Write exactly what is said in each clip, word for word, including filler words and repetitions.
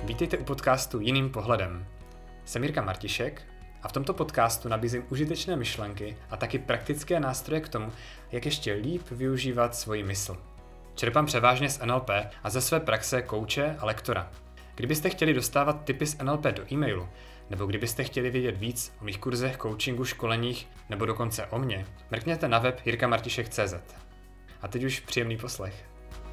Vítejte u podcastu Jiným pohledem. Jsem Jirka Martišek a v tomto podcastu nabízím užitečné myšlenky a taky praktické nástroje k tomu, jak ještě líp využívat svoji mysl. Čerpám převážně z N L P a ze své praxe kouče a lektora. Kdybyste chtěli dostávat tipy z N L P do e-mailu, nebo kdybyste chtěli vědět víc o mých kurzech, coachingu, školeních, nebo dokonce o mně, mrkněte na web jirka martišek tečka cé zet. A teď už příjemný poslech.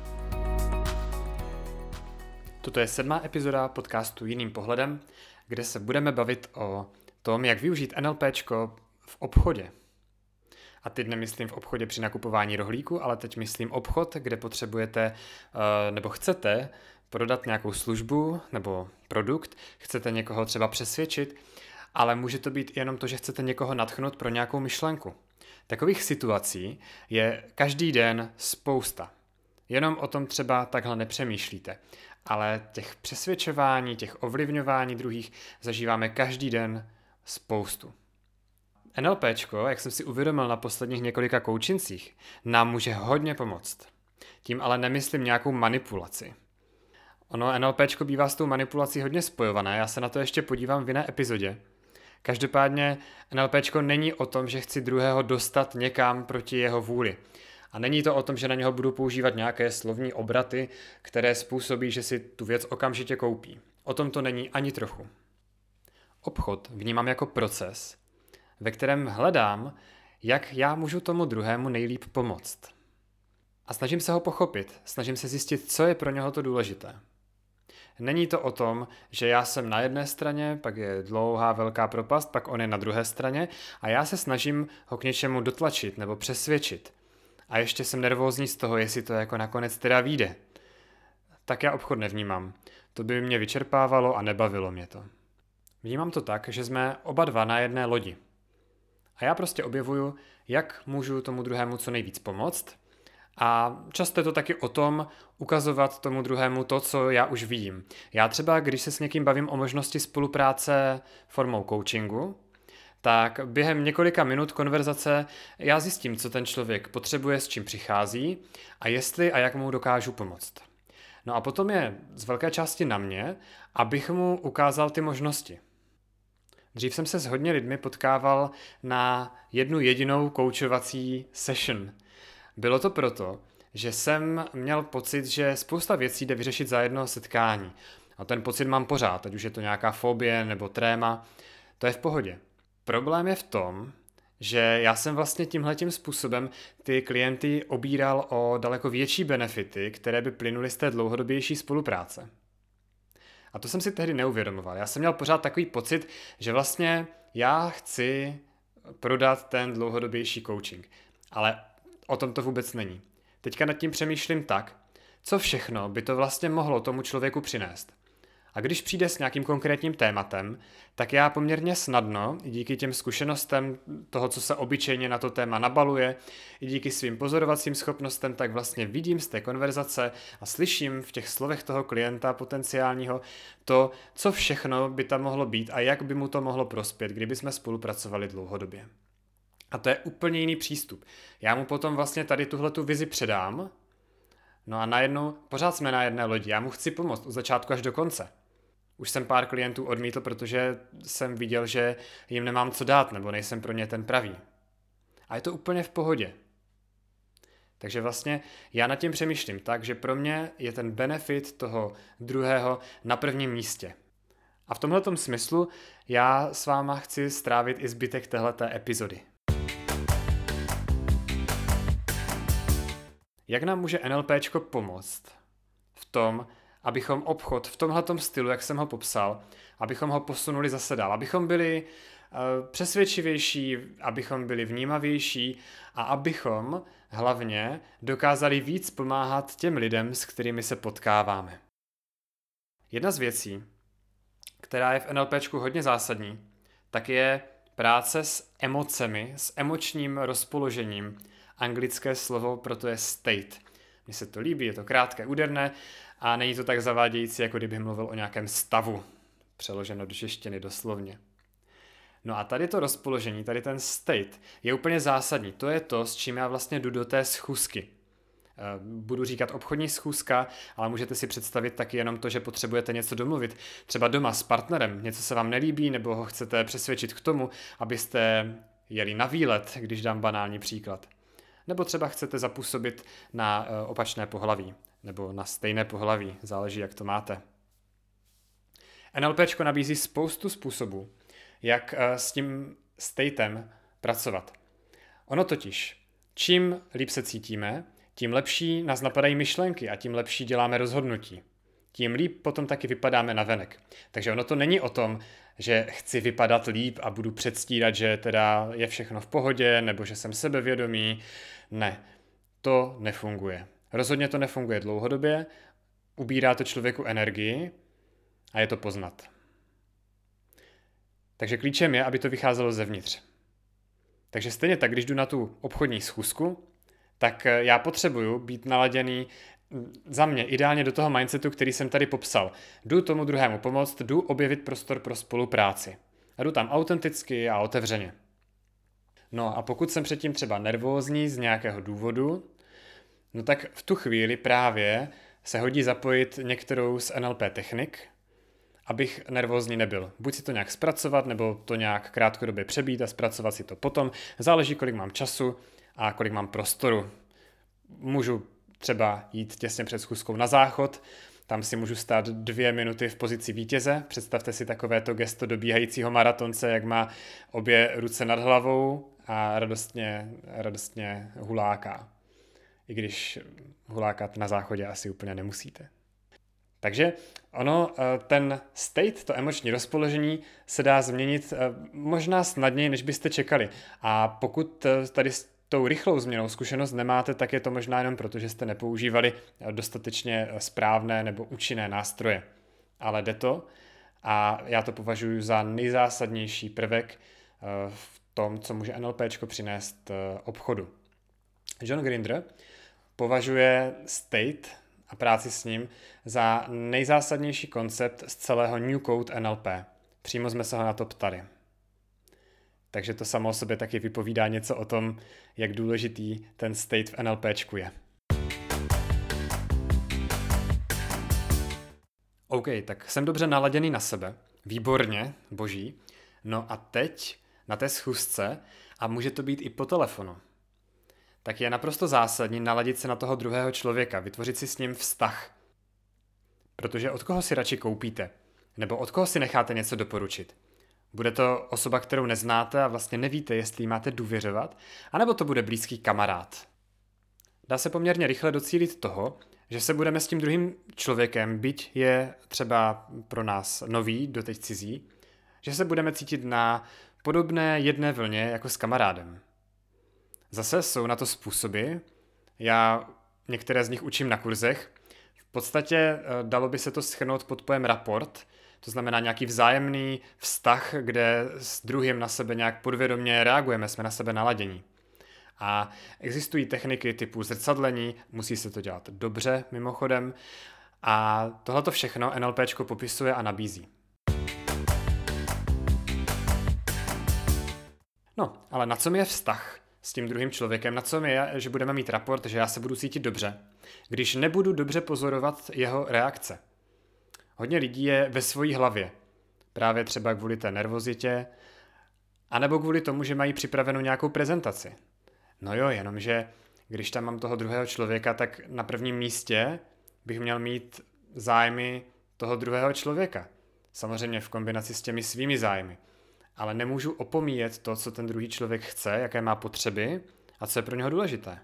Toto je sedmá epizoda podcastu Jiným pohledem, kde se budeme bavit o tom, jak využít NLPčko v obchodě. A teď nemyslím v obchodě při nakupování rohlíku, ale teď myslím obchod, kde potřebujete nebo chcete prodat nějakou službu nebo produkt, chcete někoho třeba přesvědčit, ale může to být jenom to, že chcete někoho nadchnout pro nějakou myšlenku. Takových situací je každý den spousta. Jenom o tom třeba takhle nepřemýšlíte. Ale těch přesvědčování, těch ovlivňování druhých zažíváme každý den spoustu. NLPčko, jak jsem si uvědomil na posledních několika koučincích, nám může hodně pomoct. Tím ale nemyslím nějakou manipulaci. Ono NLPčko bývá s tou manipulací hodně spojované, já se na to ještě podívám v jiné epizodě. Každopádně NLPčko není o tom, že chci druhého dostat někam proti jeho vůli. A není to o tom, že na něho budu používat nějaké slovní obraty, které způsobí, že si tu věc okamžitě koupí. O tom to není ani trochu. Obchod vnímám jako proces, ve kterém hledám, jak já můžu tomu druhému nejlíp pomoct. A snažím se ho pochopit, snažím se zjistit, co je pro něho to důležité. Není to o tom, že já jsem na jedné straně, pak je dlouhá velká propast, pak on je na druhé straně a já se snažím ho k něčemu dotlačit nebo přesvědčit. A ještě jsem nervózní z toho, jestli to jako nakonec teda vyjde. Tak já obchod nevnímám. To by mě vyčerpávalo a nebavilo mě to. Vnímám to tak, že jsme oba dva na jedné lodi. A já prostě objevuju, jak můžu tomu druhému co nejvíc pomoct. A často je to taky o tom ukazovat tomu druhému to, co já už vím. Já třeba, když se s někým bavím o možnosti spolupráce formou coachingu, tak během několika minut konverzace já zjistím, co ten člověk potřebuje, s čím přichází a jestli a jak mu dokážu pomoct. No a potom je z velké části na mě, abych mu ukázal ty možnosti. Dřív jsem se s hodně lidmi potkával na jednu jedinou koučovací session. Bylo to proto, že jsem měl pocit, že spousta věcí jde vyřešit za jedno setkání. A ten pocit mám pořád, ať už je to nějaká fobie nebo tréma, to je v pohodě. Problém je v tom, že já jsem vlastně tímhletím způsobem ty klienty obíral o daleko větší benefity, které by plynuly z té dlouhodobější spolupráce. A to jsem si tehdy neuvědomoval. Já jsem měl pořád takový pocit, že vlastně já chci prodat ten dlouhodobější coaching. Ale o tom to vůbec není. Teďka nad tím přemýšlím tak, co všechno by to vlastně mohlo tomu člověku přinést. A když přijde s nějakým konkrétním tématem, tak já poměrně snadno, i díky těm zkušenostem toho, co se obyčejně na to téma nabaluje, i díky svým pozorovacím schopnostem, tak vlastně vidím z té konverzace a slyším v těch slovech toho klienta potenciálního to, co všechno by tam mohlo být a jak by mu to mohlo prospět, kdyby jsme spolupracovali dlouhodobě. A to je úplně jiný přístup. Já mu potom vlastně tady tuhletu vizi předám, no a najednou pořád jsme na jedné lodi, já mu chci pomoct od začátku až do konce. Už jsem pár klientů odmítl, protože jsem viděl, že jim nemám co dát, nebo nejsem pro ně ten pravý. A je to úplně v pohodě. Takže vlastně já nad tím přemýšlím tak, že pro mě je ten benefit toho druhého na prvním místě. A v tomhletom smyslu já s váma chci strávit i zbytek téhleté epizody. Jak nám může NLPčko pomoct v tom, abychom obchod v tomhletom stylu, jak jsem ho popsal, abychom ho posunuli zase dál, abychom byli uh, přesvědčivější, abychom byli vnímavější a abychom hlavně dokázali víc pomáhat těm lidem, s kterými se potkáváme. Jedna z věcí, která je v NLPčku hodně zásadní, tak je práce s emocemi, s emočním rozpoložením. Anglické slovo proto je state. Mně se to líbí, je to krátké, úderné a není to tak zavádějící, jako kdybych mluvil o nějakém stavu, přeloženo do češtiny doslovně. No a tady to rozpoložení, tady ten state je úplně zásadní. To je to, s čím já vlastně jdu do té schůzky. Budu říkat obchodní schůzka, ale můžete si představit taky jenom to, že potřebujete něco domluvit. Třeba doma s partnerem, něco se vám nelíbí, nebo ho chcete přesvědčit k tomu, abyste jeli na výlet, když dám banální příklad. Nebo třeba chcete zapůsobit na opačné pohlaví, nebo na stejné pohlaví, záleží, jak to máte. NLPčko nabízí spoustu způsobů, jak s tím statem pracovat. Ono totiž, čím líp se cítíme, tím lepší nás napadají myšlenky a tím lepší děláme rozhodnutí. Tím líp potom taky vypadáme navenek. Takže ono to není o tom, že chci vypadat líp a budu předstírat, že teda je všechno v pohodě, nebo že jsem sebevědomý. Ne, to nefunguje. Rozhodně to nefunguje dlouhodobě, ubírá to člověku energii a je to poznat. Takže klíčem je, aby to vycházelo zevnitř. Takže stejně tak, když jdu na tu obchodní schůzku, tak já potřebuju být naladěný za mě ideálně do toho mindsetu, který jsem tady popsal. Jdu tomu druhému pomoct, jdu objevit prostor pro spolupráci. A jdu tam autenticky a otevřeně. No a pokud jsem předtím třeba nervózní z nějakého důvodu, no tak v tu chvíli právě se hodí zapojit některou z N L P technik, abych nervózní nebyl. Buď si to nějak zpracovat, nebo to nějak krátkodobě přebít a zpracovat si to potom. Záleží, kolik mám času a kolik mám prostoru. Můžu třeba jít těsně před schůzkou na záchod, tam si můžu stát dvě minuty v pozici vítěze. Představte si takovéto gesto dobíhajícího maratonce, jak má obě ruce nad hlavou a radostně, radostně huláká. I když hulákat na záchodě asi úplně nemusíte. Takže ono, ten state, to emoční rozpoložení se dá změnit možná snadněji, než byste čekali. A pokud tady s tou rychlou změnou zkušenost nemáte, tak je to možná jenom proto, že jste nepoužívali dostatečně správné nebo účinné nástroje. Ale jde to a já to považuji za nejzásadnější prvek v tom, co může NLPčko přinést obchodu. John Grinder považuje state a práci s ním za nejzásadnější koncept z celého New Code N L P. Přímo jsme se ho na to ptali. Takže to samo o sobě taky vypovídá něco o tom, jak důležitý ten state v NLPčku je. OK, tak jsem dobře naladěný na sebe. Výborně, boží. No a teď na té schůzce, a může to být i po telefonu, tak je naprosto zásadní naladit se na toho druhého člověka, vytvořit si s ním vztah. Protože od koho si radši koupíte? Nebo od koho si necháte něco doporučit? Bude to osoba, kterou neznáte a vlastně nevíte, jestli jí máte důvěřovat, anebo to bude blízký kamarád. Dá se poměrně rychle docílit toho, že se budeme s tím druhým člověkem, byť je třeba pro nás nový, doteď cizí, že se budeme cítit na podobné jedné vlně jako s kamarádem. Zase jsou na to způsoby, já některé z nich učím na kurzech. V podstatě dalo by se to shrnout pod pojem rapport, to znamená nějaký vzájemný vztah, kde s druhým na sebe nějak podvědomě reagujeme, jsme na sebe naladění. A existují techniky typu zrcadlení, musí se to dělat dobře mimochodem a tohleto všechno NLPčko popisuje a nabízí. No, ale na co mi je vztah s tím druhým člověkem, na co mi je, že budeme mít raport, že já se budu cítit dobře, když nebudu dobře pozorovat jeho reakce. Hodně lidí je ve své hlavě, právě třeba kvůli té nervozitě, anebo kvůli tomu, že mají připravenou nějakou prezentaci. No jo, jenomže když tam mám toho druhého člověka, tak na prvním místě bych měl mít zájmy toho druhého člověka. Samozřejmě v kombinaci s těmi svými zájmy. Ale nemůžu opomíjet to, co ten druhý člověk chce, jaké má potřeby a co je pro něho důležité.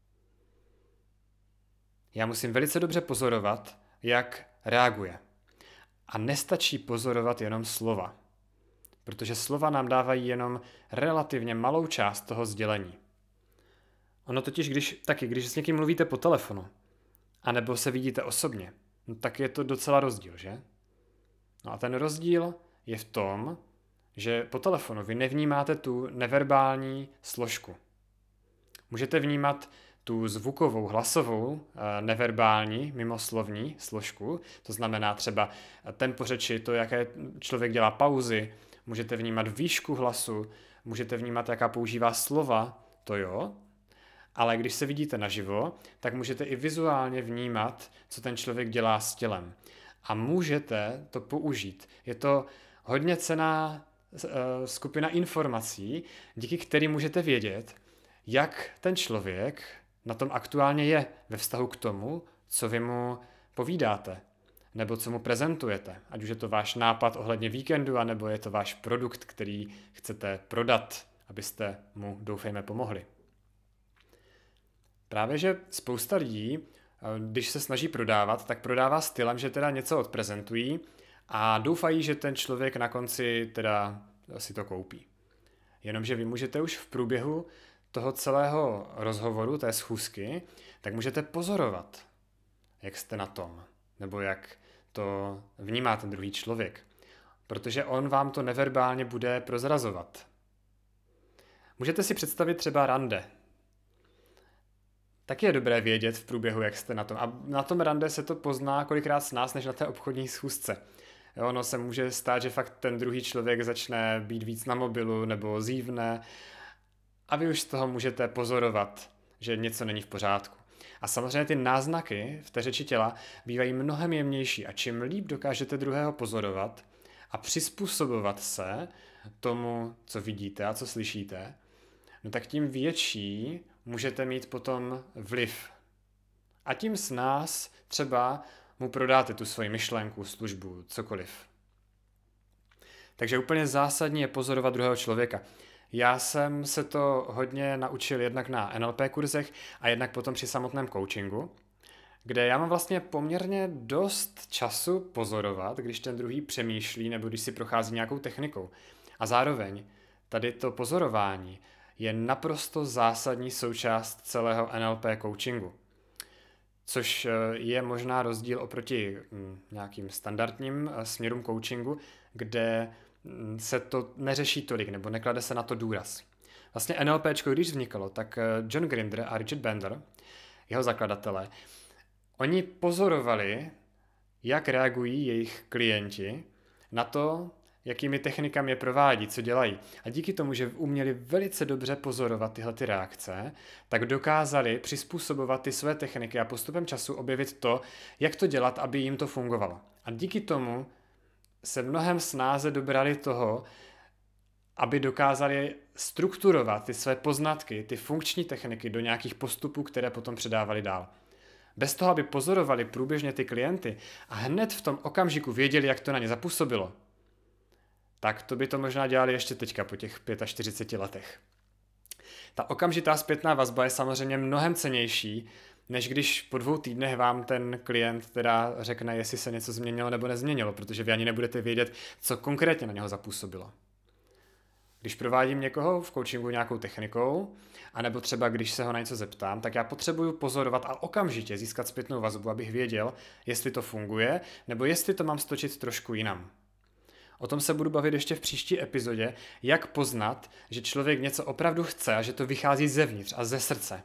Já musím velice dobře pozorovat, jak reaguje. A nestačí pozorovat jenom slova, protože slova nám dávají jenom relativně malou část toho sdělení. Ono totiž, když, taky, když s někým mluvíte po telefonu, anebo se vidíte osobně, no tak je to docela rozdíl, že? No a ten rozdíl je v tom, že po telefonu vy nevnímáte tu neverbální složku. Můžete vnímat tu zvukovou, hlasovou, neverbální, mimoslovní složku, to znamená třeba tempo řeči, to, jaké člověk dělá pauzy, můžete vnímat výšku hlasu, můžete vnímat, jaká používá slova, to jo, ale když se vidíte naživo, tak můžete i vizuálně vnímat, co ten člověk dělá s tělem. A můžete to použít. Je to hodně cenná skupina informací, díky kterým můžete vědět, jak ten člověk na tom aktuálně je ve vztahu k tomu, co vy mu povídáte, nebo co mu prezentujete. Ať už je to váš nápad ohledně víkendu, anebo je to váš produkt, který chcete prodat, abyste mu, doufejme, pomohli. Právě, že spousta lidí, když se snaží prodávat, tak prodává stylem, že teda něco odprezentují a doufají, že ten člověk na konci teda si to koupí. Jenomže vy můžete už v průběhu toho celého rozhovoru, té schůzky, tak můžete pozorovat, jak jste na tom, nebo jak to vnímá ten druhý člověk. Protože on vám to neverbálně bude prozrazovat. Můžete si představit třeba rande. Tak je dobré vědět v průběhu, jak jste na tom. A na tom rande se to pozná kolikrát s nás, než na té obchodní schůzce. Jo, ono se může stát, že fakt ten druhý člověk začne být víc na mobilu nebo zívne a vy už z toho můžete pozorovat, že něco není v pořádku. A samozřejmě ty náznaky v té řeči těla bývají mnohem jemnější a čím líp dokážete druhého pozorovat a přizpůsobovat se tomu, co vidíte a co slyšíte, no tak tím větší můžete mít potom vliv. A tím s nás třeba mu prodáte tu svoji myšlenku, službu, cokoliv. Takže úplně zásadní je pozorovat druhého člověka. Já jsem se to hodně naučil jednak na N L P kurzech a jednak potom při samotném coachingu, kde já mám vlastně poměrně dost času pozorovat, když ten druhý přemýšlí nebo když si prochází nějakou technikou. A zároveň tady to pozorování je naprosto zásadní součást celého N L P coachingu. Což je možná rozdíl oproti nějakým standardním směrům coachingu, kde se to neřeší tolik nebo neklade se na to důraz. Vlastně NLPčko, když vzniklo, tak John Grinder a Richard Bandler, jeho zakladatelé, oni pozorovali, jak reagují jejich klienti na to, jakými technikami je provádí, co dělají. A díky tomu, že uměli velice dobře pozorovat tyhle ty reakce, tak dokázali přizpůsobovat ty své techniky a postupem času objevit to, jak to dělat, aby jim to fungovalo. A díky tomu se mnohem snáze dobrali toho, aby dokázali strukturovat ty své poznatky, ty funkční techniky do nějakých postupů, které potom předávali dál. Bez toho, aby pozorovali průběžně ty klienty a hned v tom okamžiku věděli, jak to na ně zapůsobilo, tak to by to možná dělali ještě teďka po těch čtyřiceti pěti letech. Ta okamžitá zpětná vazba je samozřejmě mnohem cennější, než když po dvou týdnech vám ten klient teda řekne, jestli se něco změnilo nebo nezměnilo, protože vy ani nebudete vědět, co konkrétně na něho zapůsobilo. Když provádím někoho v coachingu nějakou technikou, anebo třeba když se ho na něco zeptám, tak já potřebuju pozorovat a okamžitě získat zpětnou vazbu, abych věděl, jestli to funguje, nebo jestli to mám stočit trošku jinam. O tom se budu bavit ještě v příští epizodě, jak poznat, že člověk něco opravdu chce a že to vychází zevnitř a ze srdce.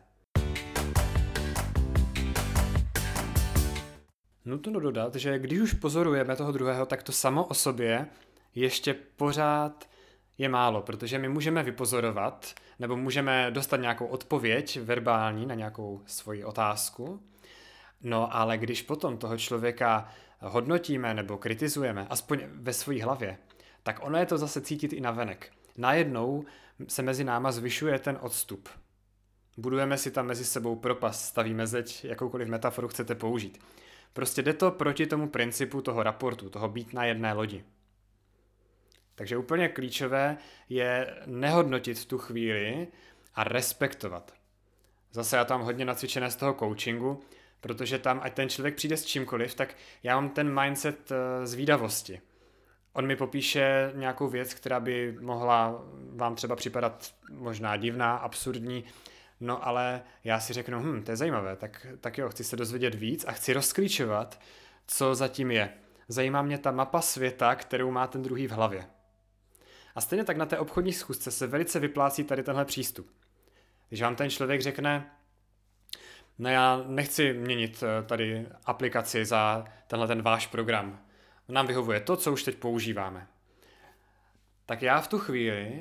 Nutno dodat, že když už pozorujeme toho druhého, tak to samo o sobě ještě pořád je málo, protože my můžeme vypozorovat nebo můžeme dostat nějakou odpověď verbální na nějakou svoji otázku, no ale když potom toho člověka hodnotíme nebo kritizujeme, aspoň ve své hlavě, tak ono je to zase cítit i navenek. Najednou se mezi náma zvyšuje ten odstup. Budujeme si tam mezi sebou propast, stavíme zeď, jakoukoliv metaforu chcete použít. Prostě jde to proti tomu principu toho raportu, toho být na jedné lodi. Takže úplně klíčové je nehodnotit v tu chvíli a respektovat. Zase já tam hodně nacvičené z toho coachingu, protože tam, ať ten člověk přijde s čímkoliv, tak já mám ten mindset zvídavosti. On mi popíše nějakou věc, která by mohla vám třeba připadat možná divná, absurdní, no ale já si řeknu, hm, to je zajímavé, tak, tak jo, chci se dozvědět víc a chci rozklíčovat, co zatím je. Zajímá mě ta mapa světa, kterou má ten druhý v hlavě. A stejně tak na té obchodní schůzce se velice vyplácí tady tenhle přístup. Když vám ten člověk řekne, no já nechci měnit tady aplikaci za tenhle ten váš program. Nám vyhovuje to, co už teď používáme. Tak já v tu chvíli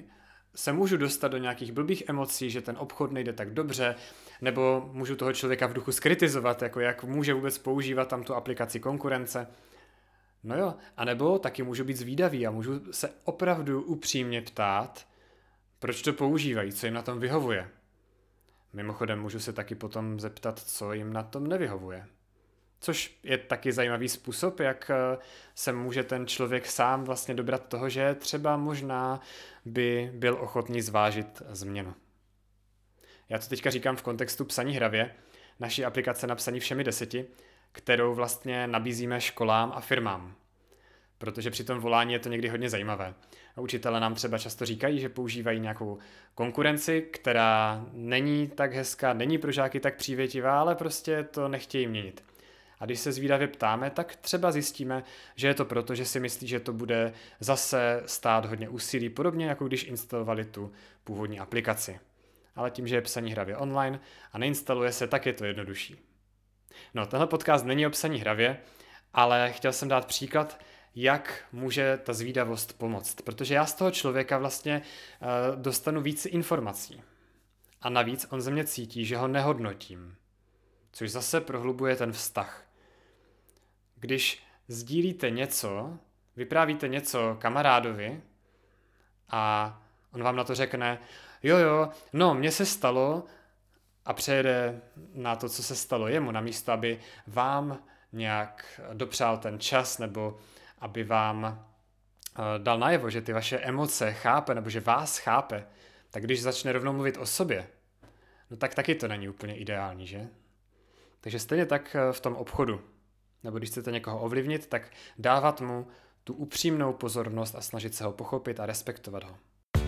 se můžu dostat do nějakých blbých emocí, že ten obchod nejde tak dobře, nebo můžu toho člověka v duchu skritizovat, jako jak může vůbec používat tam tu aplikaci konkurence. No jo, anebo taky můžu být zvídavý a můžu se opravdu upřímně ptát, proč to používají, co jim na tom vyhovuje. Mimochodem můžu se taky potom zeptat, co jim na tom nevyhovuje. Což je taky zajímavý způsob, jak se může ten člověk sám vlastně dobrat toho, že třeba možná by byl ochotný zvážit změnu. Já to teďka říkám v kontextu Psaní hravě, naší aplikace na psaní všemi deseti, kterou vlastně nabízíme školám a firmám. Protože při tom volání je to někdy hodně zajímavé. A učitelé nám třeba často říkají, že používají nějakou konkurenci, která není tak hezká, není pro žáky tak přívětivá, ale prostě to nechtějí měnit. A když se zvídavě ptáme, tak třeba zjistíme, že je to proto, že si myslí, že to bude zase stát hodně úsilí, podobně jako když instalovali tu původní aplikaci. Ale tím, že je Psaní hravě online a neinstaluje se, tak je to jednodušší. No, tenhle podcast není o psaní hravě, ale chtěl jsem dát příklad, jak může ta zvídavost pomoct. Protože já z toho člověka vlastně uh, dostanu víc informací. A navíc on ze mě cítí, že ho nehodnotím. Což zase prohlubuje ten vztah. Když sdílíte něco, vyprávíte něco kamarádovi a on vám na to řekne, jo jo, no mně se stalo, a přejede na to, co se stalo jemu, namísto aby vám nějak dopřál ten čas, nebo aby vám dal najevo, že ty vaše emoce chápe, nebo že vás chápe, tak když začne rovnou mluvit o sobě, no tak taky to není úplně ideální, že? Takže stejně tak v tom obchodu, nebo když chcete někoho ovlivnit, tak dávat mu tu upřímnou pozornost a snažit se ho pochopit a respektovat ho.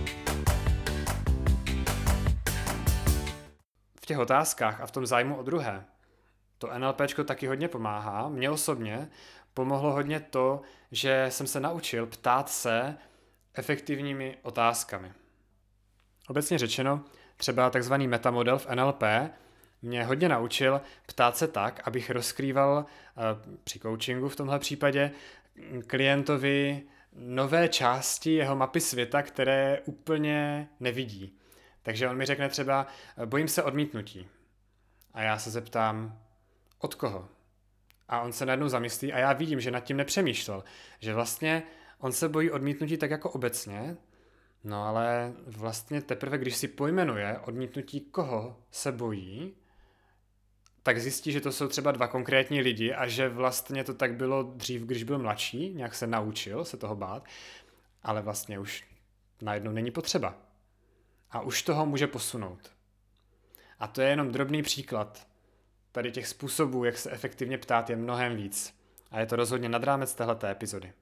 V těch otázkách a v tom zájmu o druhé to NLPčko taky hodně pomáhá. Mně osobně pomohlo hodně to, že jsem se naučil ptát se efektivními otázkami. Obecně řečeno, třeba takzvaný metamodel v N L P mě hodně naučil ptát se tak, abych rozkrýval při coachingu v tomhle případě klientovi nové části jeho mapy světa, které úplně nevidí. Takže on mi řekne třeba, bojím se odmítnutí. A já se zeptám, od koho? A on se najednou zamyslí a já vidím, že nad tím nepřemýšlel. Že vlastně on se bojí odmítnutí tak jako obecně, no ale vlastně teprve, když si pojmenuje odmítnutí, koho se bojí, tak zjistí, že to jsou třeba dva konkrétní lidi a že vlastně to tak bylo dřív, když byl mladší, nějak se naučil se toho bát, ale vlastně už najednou není potřeba. A už toho může posunout. A to je jenom drobný příklad. Tady těch způsobů, jak se efektivně ptát, je mnohem víc. A je to rozhodně nad rámec téhleté epizody.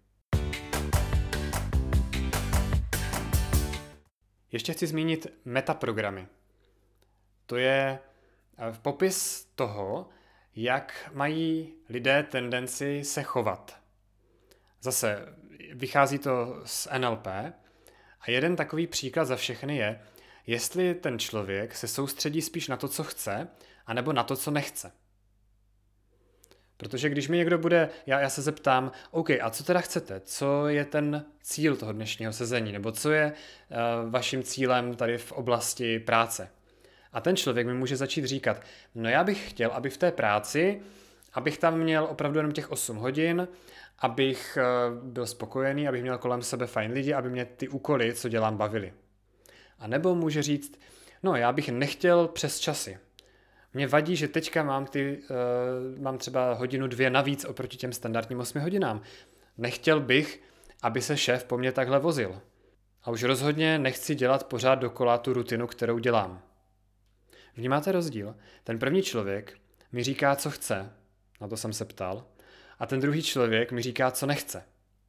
Ještě chci zmínit metaprogramy. To je popis toho, jak mají lidé tendenci se chovat. Zase vychází to z N L P a jeden takový příklad za všechny je, jestli ten člověk se soustředí spíš na to, co chce, anebo na to, co nechce. Protože když mi někdo bude, já, já se zeptám, OK, a co teda chcete? Co je ten cíl toho dnešního sezení? Nebo co je uh, vaším cílem tady v oblasti práce? A ten člověk mi může začít říkat, no já bych chtěl, aby v té práci, abych tam měl opravdu jenom těch osm hodin, abych uh, byl spokojený, abych měl kolem sebe fajn lidi, aby mě ty úkoly, co dělám, bavily. A nebo může říct, no já bych nechtěl přes časy. Mě vadí, že teďka mám, ty, uh, mám třeba hodinu dvě navíc oproti těm standardním osmi hodinám. Nechtěl bych, aby se šéf po mně takhle vozil. A už rozhodně nechci dělat pořád dokola tu rutinu, kterou dělám. Vnímáte rozdíl? Ten první člověk mi říká, co chce, na to jsem se ptal, a ten druhý člověk mi říká, co nechce.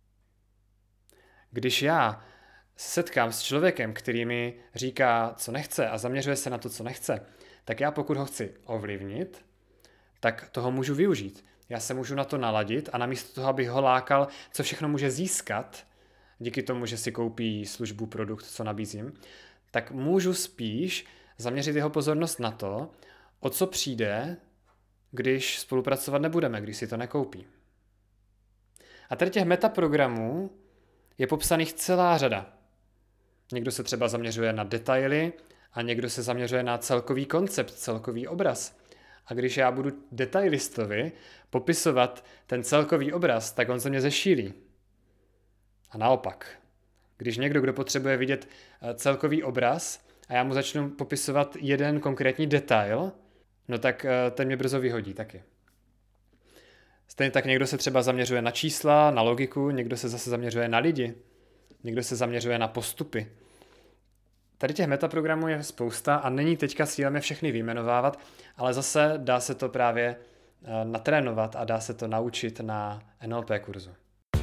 Když já setkám s člověkem, který mi říká, co nechce a zaměřuje se na to, co nechce, tak já pokud ho chci ovlivnit, tak toho můžu využít. Já se můžu na to naladit a namísto toho, abych ho lákal, co všechno může získat, díky tomu, že si koupí službu, produkt, co nabízím, tak můžu spíš zaměřit jeho pozornost na to, o co přijde, když spolupracovat nebudeme, když si to nekoupí. A tady těch metaprogramů je popsaných celá řada. Někdo se třeba zaměřuje na detaily a někdo se zaměřuje na celkový koncept, celkový obraz. A když já budu detailistovi popisovat ten celkový obraz, tak on se mě zešílí. A naopak, když někdo, kdo potřebuje vidět celkový obraz a já mu začnu popisovat jeden konkrétní detail, no tak ten mě brzo vyhodí taky. Stejně tak někdo se třeba zaměřuje na čísla, na logiku, někdo se zase zaměřuje na lidi, někdo se zaměřuje na postupy. Tady těch metaprogramů je spousta a není teďka cílem je všechny vyjmenovávat, ale zase dá se to právě natrénovat a dá se to naučit na N L P kurzu.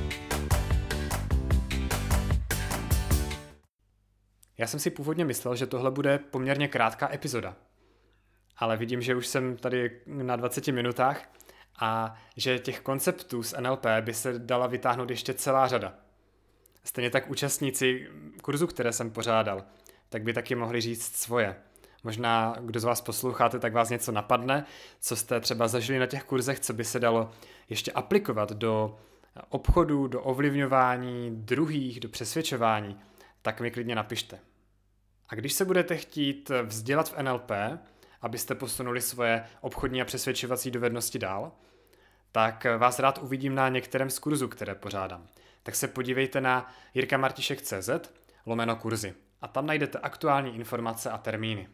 Já jsem si původně myslel, že tohle bude poměrně krátká epizoda, ale vidím, že už jsem tady na dvaceti minutách a že těch konceptů z N L P by se dala vytáhnout ještě celá řada. Stejně tak účastníci kurzu, které jsem pořádal, tak by taky mohli říct svoje. Možná, kdo z vás posloucháte, tak vás něco napadne, co jste třeba zažili na těch kurzech, co by se dalo ještě aplikovat do obchodu, do ovlivňování druhých, do přesvědčování, tak mi klidně napište. A když se budete chtít vzdělat v N L P, abyste posunuli svoje obchodní a přesvědčovací dovednosti dál, tak vás rád uvidím na některém z kurzů, které pořádám. Tak se podívejte na jirkamartišek tečka cé zet lomeno kurzy a tam najdete aktuální informace a termíny.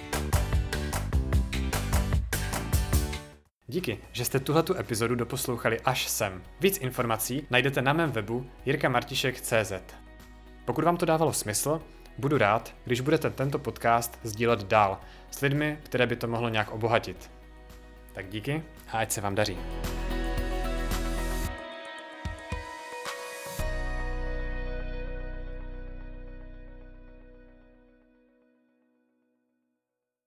Díky, že jste tuhletu epizodu doposlouchali až sem. Víc informací najdete na mém webu jirkamartišek tečka cé zet. Pokud vám to dávalo smysl, budu rád, když budete tento podcast sdílet dál s lidmi, které by to mohlo nějak obohatit. Tak díky a ať se vám daří.